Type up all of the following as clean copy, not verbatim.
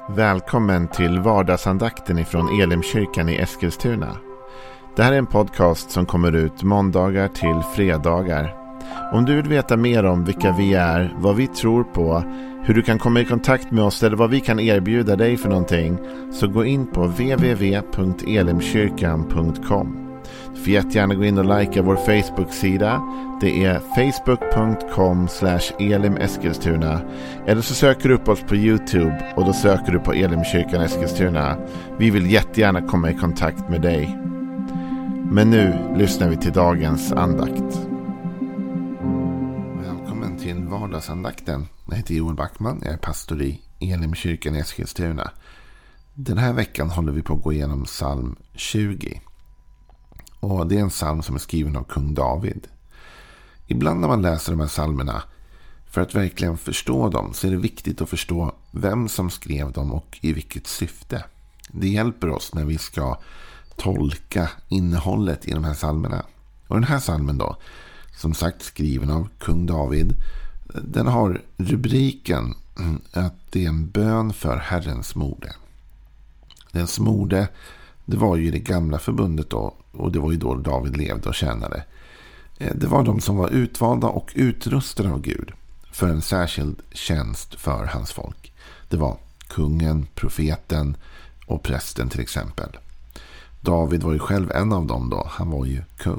Välkommen till vardagsandakten ifrån Elimkyrkan i Eskilstuna. Det här är en podcast som kommer ut måndagar till fredagar. Om du vill veta mer om vilka vi är, vad vi tror på, hur du kan komma i kontakt med oss eller vad vi kan erbjuda dig för någonting, så gå in på www.elimkyrkan.com. Du får jättegärna gå in och likea vår Facebook-sida. Det är facebook.com/elimeskilstuna. Eller så söker du upp oss på YouTube och då söker du på Elimkyrkan Eskilstuna. Vi vill jättegärna komma i kontakt med dig. Men nu lyssnar vi till dagens andakt. Välkommen till vardagsandakten. Jag heter Joel Backman, jag är pastor i Elimkyrkan Eskilstuna. Den här veckan håller vi på att gå igenom psalm 20. Och det är en psalm som är skriven av kung David. Ibland när man läser de här psalmerna, för att verkligen förstå dem, så är det viktigt att förstå vem som skrev dem och i vilket syfte. Det hjälper oss när vi ska tolka innehållet i de här psalmerna. Och den här psalmen då, som sagt skriven av kung David, den har rubriken att det är en bön för Herrens mode. Den smorde, det var ju det gamla förbundet då, och det var ju då David levde och tjänade. Det var de som var utvalda och utrustade av Gud för en särskild tjänst för hans folk. Det var kungen, profeten och prästen till exempel. David var ju själv en av dem då, han var ju kung.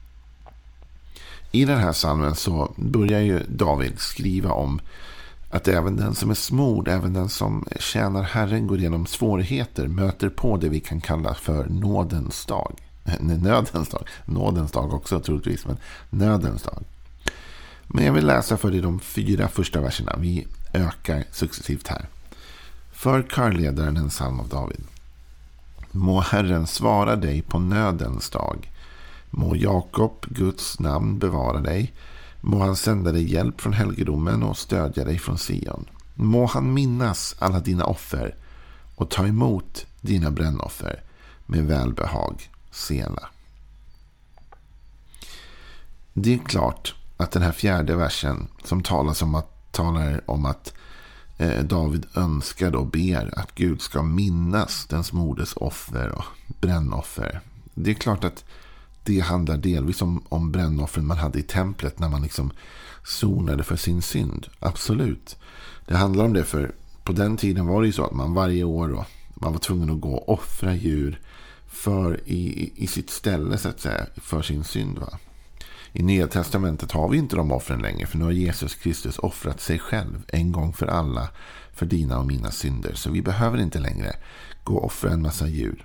I den här psalmen så börjar ju David skriva om att även den som är smord, även den som tjänar Herren går igenom svårigheter, möter på det vi kan kalla för nådens dag. Nådens dag också troligtvis, men nödens dag. Men jag vill läsa för dig de 4 första verserna. Vi ökar successivt här. För körledaren en psalm av David. Må Herren svara dig på nödens dag. Må Jakob, Guds namn, bevara dig. Må han sända dig hjälp från helgedomen och stödja dig från Sion. Må han minnas alla dina offer och ta emot dina brännoffer med välbehag. Sela. Det är klart att den här 4:e versen som talar om att David önskar och ber att Gud ska minnas den smordes offer och brännoffer. Det är klart att det handlar delvis om brännoffren man hade i templet när man liksom sonade för sin synd. Absolut. Det handlar om det, för på den tiden var det ju så att man varje år då, man var tvungen att gå och offra djur för i sitt ställe så att säga, för sin synd. Va? I Nya testamentet har vi inte de offren längre, för nu har Jesus Kristus offrat sig själv en gång för alla för dina och mina synder. Så vi behöver inte längre gå och offra en massa djur.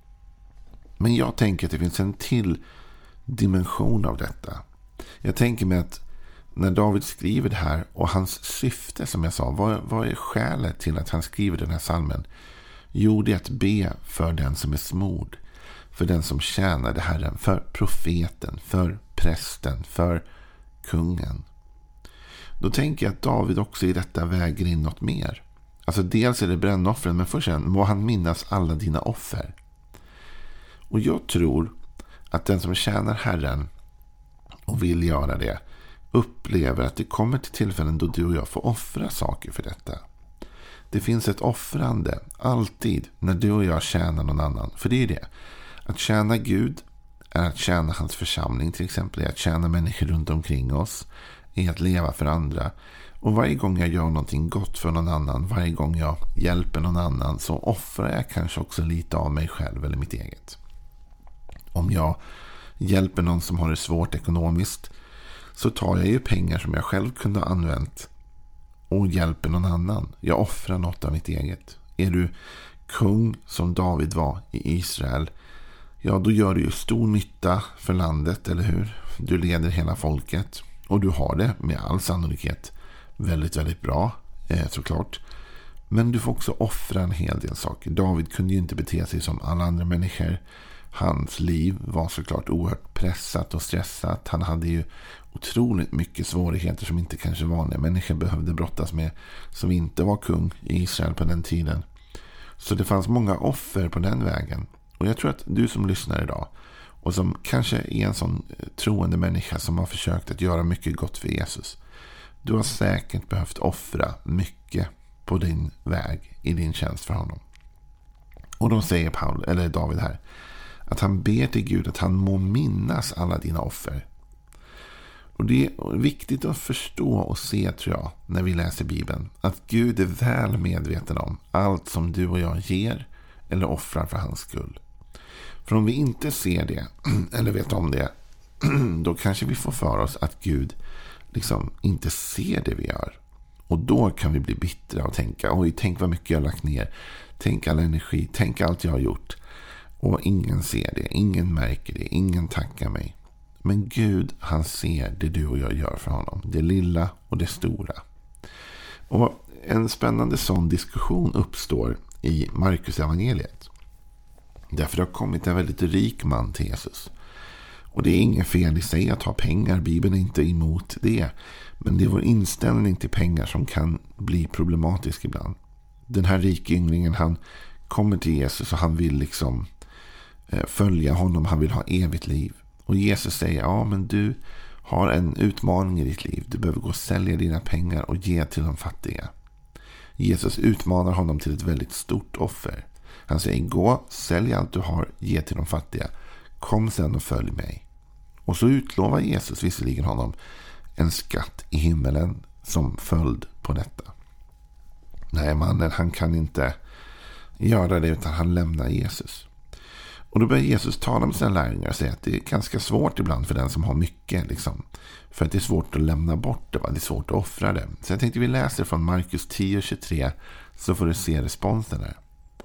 Men jag tänker att det finns en till dimension av detta. Jag tänker mig att när David skriver det här och hans syfte, som jag sa, vad är skälet till att han skriver den här psalmen? Jo, det är att be för den som är smord, för den som tjänade Herren, för profeten, för prästen, för kungen. Då tänker jag att David också i detta väger in något mer. Alltså dels är det brännoffren, men först sen må han minnas alla dina offer. Och jag tror att den som tjänar Herren och vill göra det upplever att det kommer till tillfällen då du och jag får offra saker för detta. Det finns ett offrande alltid när du och jag tjänar någon annan. För det är det. Att tjäna Gud är att tjäna hans församling till exempel. Är att tjäna människor runt omkring oss. Är att leva för andra. Och varje gång jag gör någonting gott för någon annan, varje gång jag hjälper någon annan, så offrar jag kanske också lite av mig själv eller mitt eget. Om jag hjälper någon som har det svårt ekonomiskt, så tar jag ju pengar som jag själv kunde ha använt och hjälper någon annan. Jag offrar något av mitt eget. Är du kung som David var i Israel, ja, då gör du ju stor nytta för landet, eller hur? Du leder hela folket och du har det med all sannolikhet väldigt, väldigt bra, såklart. Men du får också offra en hel del saker. David kunde ju inte bete sig som alla andra människor. Hans liv var såklart oerhört pressat och stressat. Han hade ju otroligt mycket svårigheter som inte kanske vanliga människor behövde brottas med, som inte var kung i Israel på den tiden. Så det fanns många offer på den vägen. Och jag tror att du som lyssnar idag och som kanske är en sån troende människa som har försökt att göra mycket gott för Jesus, du har säkert behövt offra mycket på din väg i din tjänst för honom. Och då säger David här att han ber till Gud att han må minnas alla dina offer. Och det är viktigt att förstå och se, tror jag, när vi läser Bibeln, att Gud är väl medveten om allt som du och jag ger eller offrar för hans skull. För om vi inte ser det eller vet om det, då kanske vi får för oss att Gud liksom inte ser det vi gör. Och då kan vi bli bittra och tänka, oj, tänk vad mycket jag har lagt ner. Tänk all energi, tänk allt jag har gjort. Och ingen ser det, ingen märker det, ingen tackar mig. Men Gud, han ser det du och jag gör för honom. Det lilla och det stora. Och en spännande sån diskussion uppstår i Markus evangeliet. Därför har kommit en väldigt rik man till Jesus. Och det är inget fel i sig att ha pengar. Bibeln är inte emot det. Men det är vår inställning till pengar som kan bli problematisk ibland. Den här rike ynglingen, han kommer till Jesus och han vill liksom följa honom. Han vill ha evigt liv. Och Jesus säger, ja, men du har en utmaning i ditt liv. Du behöver gå och sälja dina pengar och ge till de fattiga. Jesus utmanar honom till ett väldigt stort offer. Han säger, gå, sälj allt du har, ge till de fattiga. Kom sen och följ mig. Och så utlovar Jesus visserligen honom en skatt i himmelen som följd på detta. Nej, mannen, han kan inte göra det utan han lämnar Jesus. Och då börjar Jesus tala med sina lärjungar och säga att det är ganska svårt ibland för den som har mycket. Liksom, för att det är svårt att lämna bort det. Det är svårt att offra det. Så jag tänkte vi läser från Markus 10:23 så får du se responsen här.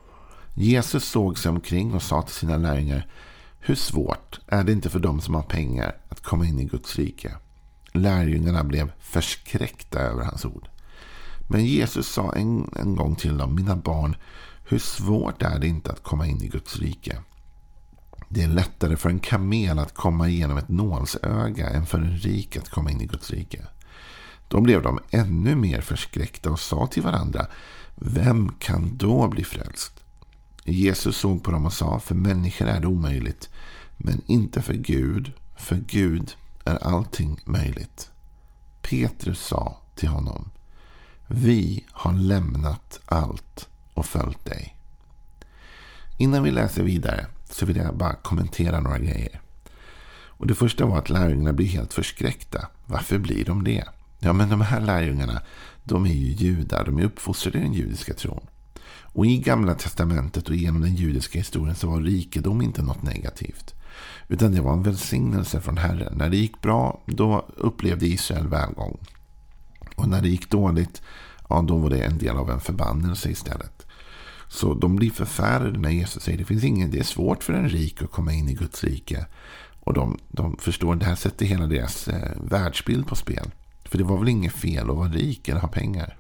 Jesus såg sig omkring och sa till sina lärjungar, hur svårt är det inte för dem som har pengar att komma in i Guds rike? Lärjungarna blev förskräckta över hans ord. Men Jesus sa en gång till dem, mina barn, hur svårt är det inte att komma in i Guds rike? Det är lättare för en kamel att komma igenom ett nålsöga än för en rik att komma in i Guds rike. Då blev de ännu mer förskräckta och sa till varandra, vem kan då bli frälst? Jesus såg på dem och sa, för människor är det omöjligt, men inte för Gud är allting möjligt. Petrus sa till honom, vi har lämnat allt och följt dig. Innan vi läser vidare så vill jag bara kommentera några grejer. Och det första var att lärjungarna blir helt förskräckta. Varför blir de det? Ja, men de här lärjungarna, de är ju judar, de är uppfostrade i den judiska tron. Och i Gamla testamentet och genom den judiska historien så var rikedom inte något negativt. Utan det var en välsignelse från Herren. När det gick bra, då upplevde Israel välgång. Och när det gick dåligt, ja, då var det en del av en förbannelse istället. Så de blir förfärade när Jesus säger det är svårt för en rik att komma in i Guds rike. Och de förstår att det här sätter hela deras världsbild på spel. För det var väl inget fel att vara rik eller ha pengar.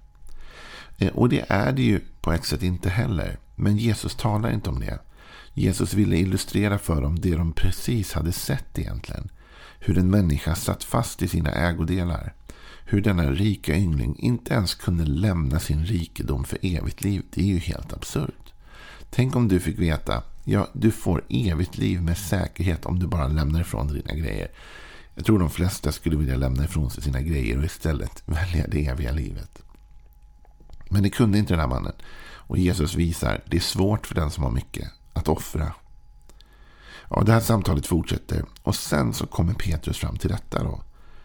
Och det är det ju på ett sätt inte heller. Men Jesus talar inte om det. Jesus ville illustrera för dem det de precis hade sett egentligen. Hur en människa satt fast i sina ägodelar. Hur denna rika yngling inte ens kunde lämna sin rikedom för evigt liv. Det är ju helt absurt. Tänk om du fick veta, ja, du får evigt liv med säkerhet om du bara lämnar ifrån dina grejer. Jag tror de flesta skulle vilja lämna ifrån sig sina grejer och istället välja det eviga livet. Men det kunde inte den här mannen. Och Jesus visar, det är svårt för den som har mycket att offra. Ja, det här samtalet fortsätter. Och sen så kommer Petrus fram till detta då.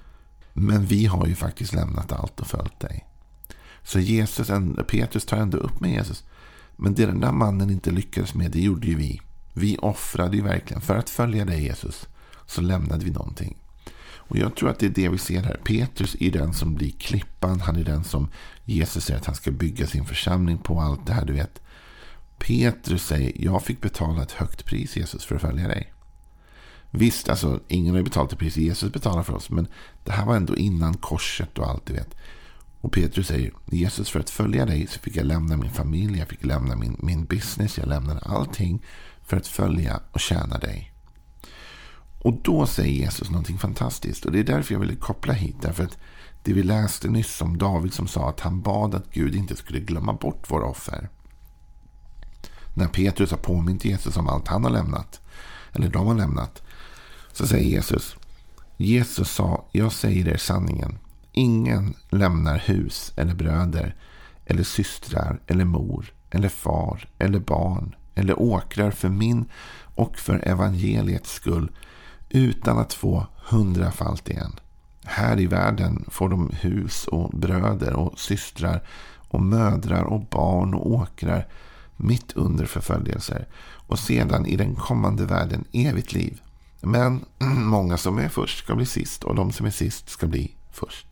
Men vi har ju faktiskt lämnat allt och följt dig. Så Petrus tar ändå upp med Jesus. Men det den där mannen inte lyckades med, det gjorde ju vi. Vi offrade ju verkligen. För att följa dig, Jesus, så lämnade vi någonting. Och jag tror att det är det vi ser här. Petrus är den som blir klippan. Han är den som Jesus säger att han ska bygga sin församling på, allt det här, du vet. Petrus säger, jag fick betala ett högt pris, Jesus, för att följa dig. Visst, alltså ingen har betalat ett pris, Jesus betalar för oss. Men det här var ändå innan korset och allt, du vet. Och Petrus säger, Jesus, för att följa dig så fick jag lämna min familj, jag fick lämna min business, jag lämnade allting för att följa och tjäna dig. Och då säger Jesus någonting fantastiskt. Och det är därför jag ville koppla hit. Därför att det vi läste nyss om David som sa att han bad att Gud inte skulle glömma bort våra offer. När Petrus har påmint Jesus om allt han har lämnat, eller de har lämnat, så säger Jesus sa, jag säger er sanningen. Ingen lämnar hus eller bröder eller systrar eller mor eller far eller barn eller åkrar för min och för evangeliets skull utan att få 100-falt igen. Här i världen får de hus och bröder och systrar och mödrar och barn och åkrar mitt under förföljelser och sedan i den kommande världen evigt liv. Men många som är först ska bli sist och de som är sist ska bli först.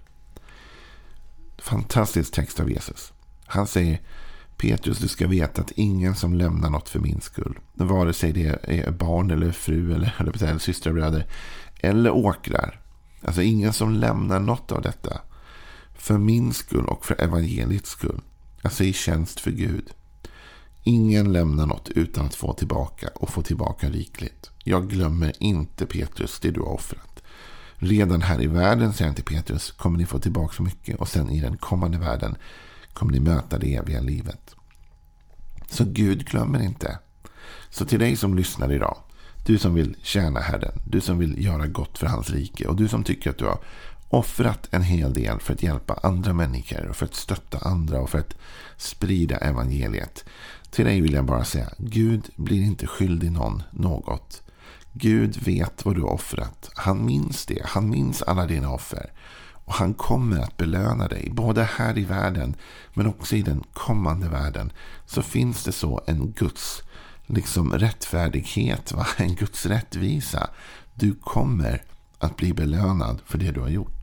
Fantastisk text av Jesus. Han säger: Petrus, du ska veta att ingen som lämnar något för min skull, vare sig det är barn eller fru eller systrar, bröder eller åkrar, alltså ingen som lämnar något av detta för min skull och för evangeliets skull, alltså i tjänst för Gud. Ingen lämnar något utan att få tillbaka och få tillbaka rikligt. Jag glömmer inte, Petrus, det du har offrat. Redan här i världen, säger han till Petrus, kommer ni få tillbaka så mycket, och sen i den kommande världen kommer ni möta det eviga livet. Så Gud glömmer inte. Så till dig som lyssnar idag, du som vill tjäna Herren, du som vill göra gott för hans rike och du som tycker att du har offrat en hel del för att hjälpa andra människor och för att stötta andra och för att sprida evangeliet. Till dig vill jag bara säga: Gud blir inte skyldig någon något. Gud vet vad du har offrat. Han minns det. Han minns alla dina offer. Och han kommer att belöna dig. Både här i världen men också i den kommande världen. Så finns det så en Guds rättfärdighet. En Guds rättvisa. Du kommer att bli belönad för det du har gjort.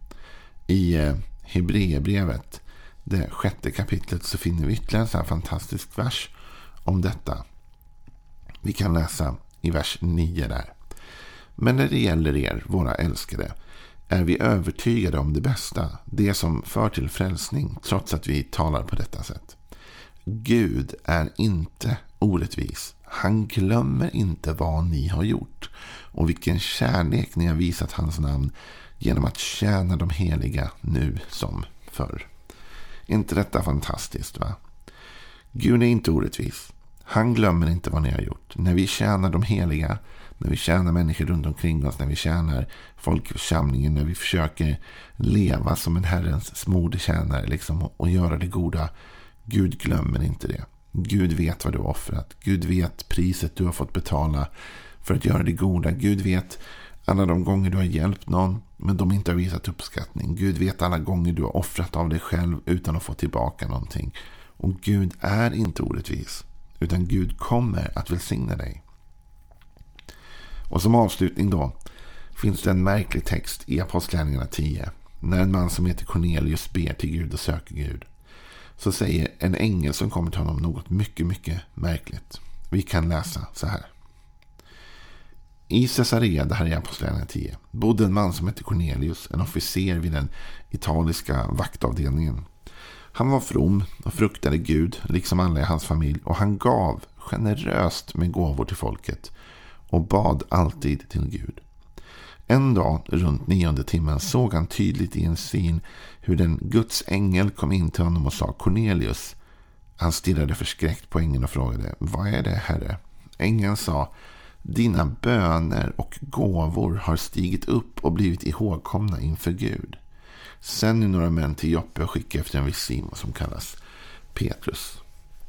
I Hebreerbrevet, det 6:e kapitlet, så finner vi ytterligare en sån här fantastisk vers om detta. Vi kan läsa i vers 9 där. Men när det gäller er, våra älskade, är vi övertygade om det bästa, det som för till frälsning, trots att vi talar på detta sätt. Gud är inte orättvis. Han glömmer inte vad ni har gjort och vilken kärlek ni har visat hans namn genom att tjäna de heliga nu som förr. Är inte detta fantastiskt, va? Gud är inte orättvis. Han glömmer inte vad ni har gjort. När vi tjänar de heliga, när vi tjänar människor runt omkring oss, när vi tjänar folk i församlingen, när vi försöker leva som en Herrens smorde tjänare och göra det goda. Gud glömmer inte det. Gud vet vad du har offrat. Gud vet priset du har fått betala för att göra det goda. Gud vet alla de gånger du har hjälpt någon men de inte har visat uppskattning. Gud vet alla gånger du har offrat av dig själv utan att få tillbaka någonting. Och Gud är inte orättvis, utan Gud kommer att välsigna dig. Och som avslutning då finns det en märklig text i Apostlagärningarna 10. När en man som heter Cornelius ber till Gud och söker Gud, så säger en ängel som kommer till honom något mycket, mycket märkligt. Vi kan läsa så här. I Caesarea, det här är Apostlagärningarna 10, bodde en man som hette Cornelius, en officer vid den italiska vaktavdelningen. Han var from och fruktade Gud, liksom alla i hans familj, och han gav generöst med gåvor till folket och bad alltid till Gud. En dag runt 9:e timmen såg han tydligt i en syn hur den Guds ängel kom in till honom och sa: Cornelius. Han stirrade förskräckt på ängeln och frågade: Vad är det, Herre? Ängeln sa: Dina böner och gåvor har stigit upp och blivit ihågkomna inför Gud. Sen är några män till Joppe och skicka efter en viss Simon som kallas Petrus.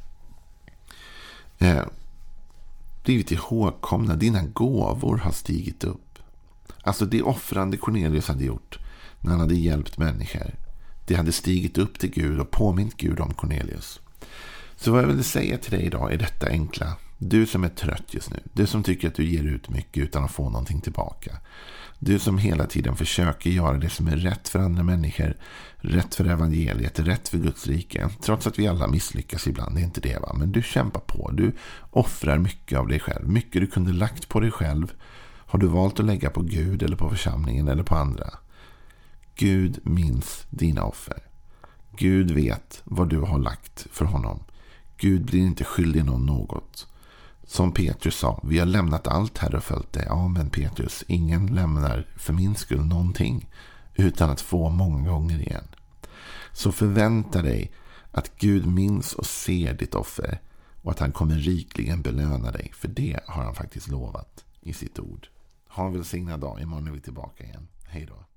Blivit ihågkomna, dina gåvor har stigit upp. Alltså det offrande Cornelius hade gjort när han hade hjälpt människor, det hade stigit upp till Gud och påmint Gud om Cornelius. Så vad jag vill säga till dig idag är detta enkla. Du som är trött just nu, du som tycker att du ger ut mycket utan att få någonting tillbaka. Du som hela tiden försöker göra det som är rätt för andra människor, rätt för evangeliet, rätt för Guds rike. Trots att vi alla misslyckas ibland, det är inte det, va? Men du kämpar på, du offrar mycket av dig själv. Mycket du kunde lagt på dig själv har du valt att lägga på Gud eller på församlingen eller på andra. Gud minns dina offer. Gud vet vad du har lagt för honom. Gud blir inte skyldig något. Som Petrus sa, vi har lämnat allt här och följt det. Ja, men Petrus, ingen lämnar för min skull någonting utan att få många gånger igen. Så förvänta dig att Gud minns och ser ditt offer och att han kommer rikligen belöna dig. För det har han faktiskt lovat i sitt ord. Ha en välsignad dag. Imorgon är vi tillbaka igen. Hej då.